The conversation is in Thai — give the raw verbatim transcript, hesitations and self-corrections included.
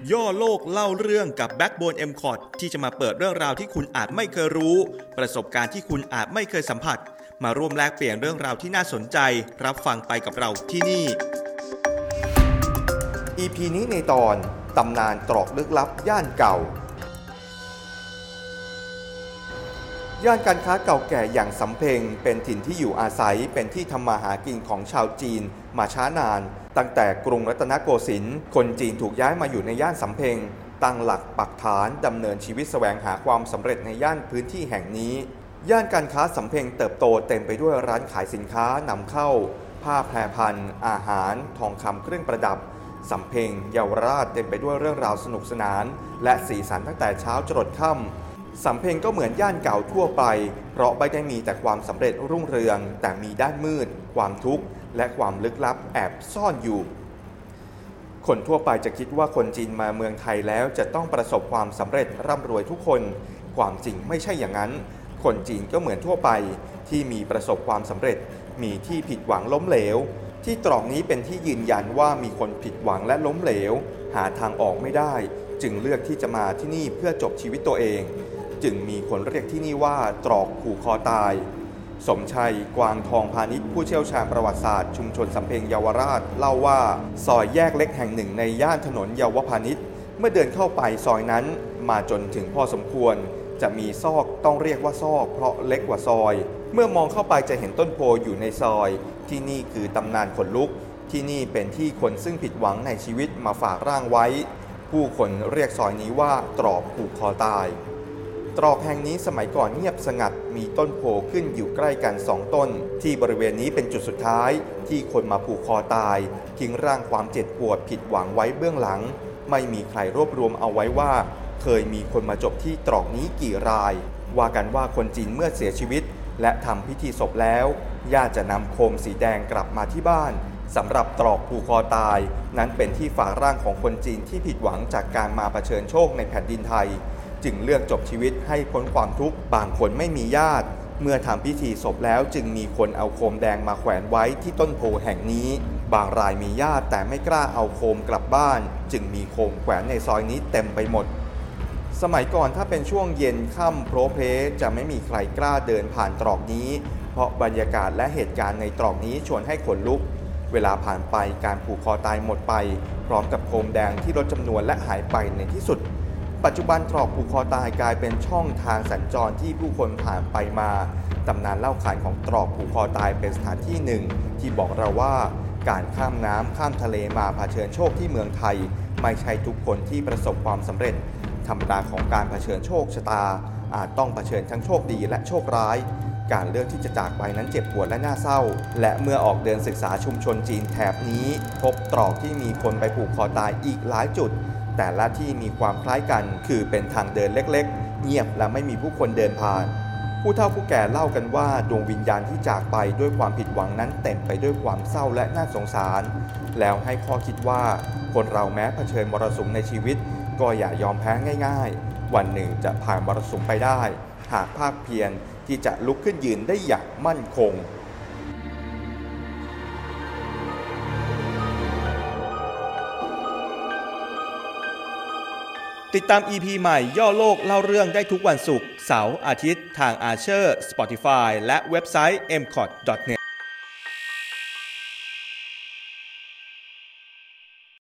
ย่อโลกเล่าเรื่องกับ Backbone เอ็ม ซี โอ ที ที่จะมาเปิดเรื่องราวที่คุณอาจไม่เคยรู้ประสบการณ์ที่คุณอาจไม่เคยสัมผัสมาร่วมแลกเปลี่ยนเรื่องราวที่น่าสนใจรับฟังไปกับเราที่นี่อี พี นี้ในตอนตำนานตรอกลึกลับย่านเก่าย่านการค้าเก่าแก่อย่างสำเพ็งเป็นถิ่นที่อยู่อาศัยเป็นที่ทำมาหากินของชาวจีนมาช้านานตั้งแต่กรุงรัตนโกสินทร์คนจีนถูกย้ายมาอยู่ในย่านสำเพ็งตั้งหลักปักฐานดำเนินชีวิตแสวงหาความสำเร็จในย่านพื้นที่แห่งนี้ย่านการค้าสำเพ็งเติบโตเต็มไปด้วยร้านขายสินค้านำเข้าผ้าแพรพันอาหารทองคำเครื่องประดับสำเพ็งเยาวราชเต็มไปด้วยเรื่องราวสนุกสนานและสีสันตั้งแต่เช้าจรดค่ำสำเพ็งก็เหมือนย่านเก่าทั่วไปเพราะไม่ได้มีแต่ความสำเร็จรุ่งเรืองแต่มีด้านมืดความทุกข์และความลึกลับแอบซ่อนอยู่คนทั่วไปจะคิดว่าคนจีนมาเมืองไทยแล้วจะต้องประสบความสำเร็จร่ำรวยทุกคนความจริงไม่ใช่อย่างนั้นคนจีนก็เหมือนทั่วไปที่มีประสบความสำเร็จมีที่ผิดหวังล้มเหลวที่ตรอกนี้เป็นที่ยืนยันว่ามีคนผิดหวังและล้มเหลวหาทางออกไม่ได้จึงเลือกที่จะมาที่นี่เพื่อจบชีวิตตัวเองจึงมีคนเรียกที่นี่ว่าตรอกผูกคอตายสมชัยกวางทองพาณิชย์ผู้เชี่ยวชาญประวัติศาสตร์ชุมชนสำเพ็งเยาวราชเล่าว่าซอยแยกเล็กแห่งหนึ่งในย่านถนนเยาวพาณิชย์เมื่อเดินเข้าไปซอยนั้นมาจนถึงพอสมควรจะมีซอกต้องเรียกว่าซอกเพราะเล็กกว่าซอยเมื่อมองเข้าไปจะเห็นต้นโพอยู่ในซอยที่นี่คือตำนานขนลุกที่นี่เป็นที่คนซึ่งผิดหวังในชีวิตมาฝากร่างไว้ผู้คนเรียกซอยนี้ว่าตรอกผูกคอตายตรอกแห่งนี้สมัยก่อนเงียบสงัดมีต้นโพขึ้นอยู่ใกล้กันสองต้นที่บริเวณนี้เป็นจุดสุดท้ายที่คนมาผูกคอตายทิ้งร่างความเจ็บปวดผิดหวังไว้เบื้องหลังไม่มีใครรวบรวมเอาไว้ว่าเคยมีคนมาจบที่ตรอกนี้กี่รายว่ากันว่าคนจีนเมื่อเสียชีวิตและทำพิธีศพแล้วญาติจะนำโคมสีแดงกลับมาที่บ้านสำหรับตรอกผูกคอตายนั้นเป็นที่ฝากร่างของคนจีนที่ผิดหวังจากการมาเผชิญโชคในแผ่นดินไทยจึงเลือกจบชีวิตให้พ้นความทุกข์บางคนไม่มีญาติเมื่อทำพิธีศพแล้วจึงมีคนเอาโคมแดงมาแขวนไว้ที่ต้นโพแห่งนี้บางรายมีญาติแต่ไม่กล้าเอาโคมกลับบ้านจึงมีโคมแขวนในซอยนี้เต็มไปหมดสมัยก่อนถ้าเป็นช่วงเย็นค่ำโพลเพลจะไม่มีใครกล้าเดินผ่านตรอกนี้เพราะบรรยากาศและเหตุการณ์ในตรอกนี้ชวนให้ขนลุกเวลาผ่านไปการผูกคอตายหมดไปพร้อมกับโคมแดงที่ลดจำนวนและหายไปในที่สุดปัจจุบันตรอกผูกคอตายกลายเป็นช่องทางสัญจรที่ผู้คนผ่านไปมาตำนานเล่าขานของตรอกผูกคอตายเป็นสถานที่หนึ่งที่บอกเราว่าการข้ามน้ำข้ามทะเลมาเผชิญโชคที่เมืองไทยไม่ใช่ทุกคนที่ประสบความสำเร็จธรรมดาของการเผชิญโชคชะตาอาจต้องเผชิญทั้งโชคดีและโชคร้ายการเลือกที่จะจากไปนั้นเจ็บปวดและน่าเศร้าและเมื่อออกเดินศึกษาชุมชนจีนแถบนี้พบตรอกที่มีคนไปผูกคอตายอีกหลายจุดแต่ละที่มีความคล้ายกันคือเป็นทางเดินเล็กๆเงียบและไม่มีผู้คนเดินผ่านผู้เฒ่าผู้แก่เล่ากันว่าดวงวิญญาณที่จากไปด้วยความผิดหวังนั้นเต็มไปด้วยความเศร้าและน่าสงสารแล้วให้ข้อคิดว่าคนเราแม้เผชิญมรสุมในชีวิตก็อย่ายอมแพ้ง่ายๆวันหนึ่งจะผ่านมรสุมไปได้หากภาคเพียรที่จะลุกขึ้นยืนได้อย่างมั่นคงติดตาม อี พี ใหม่ย่อโลกเล่าเรื่องได้ทุกวันศุกร์เสาร์อาทิตย์ทาง Archer Spotify และเว็บไซต์ เอ็ม ซี โอ ที ดอท เน็ต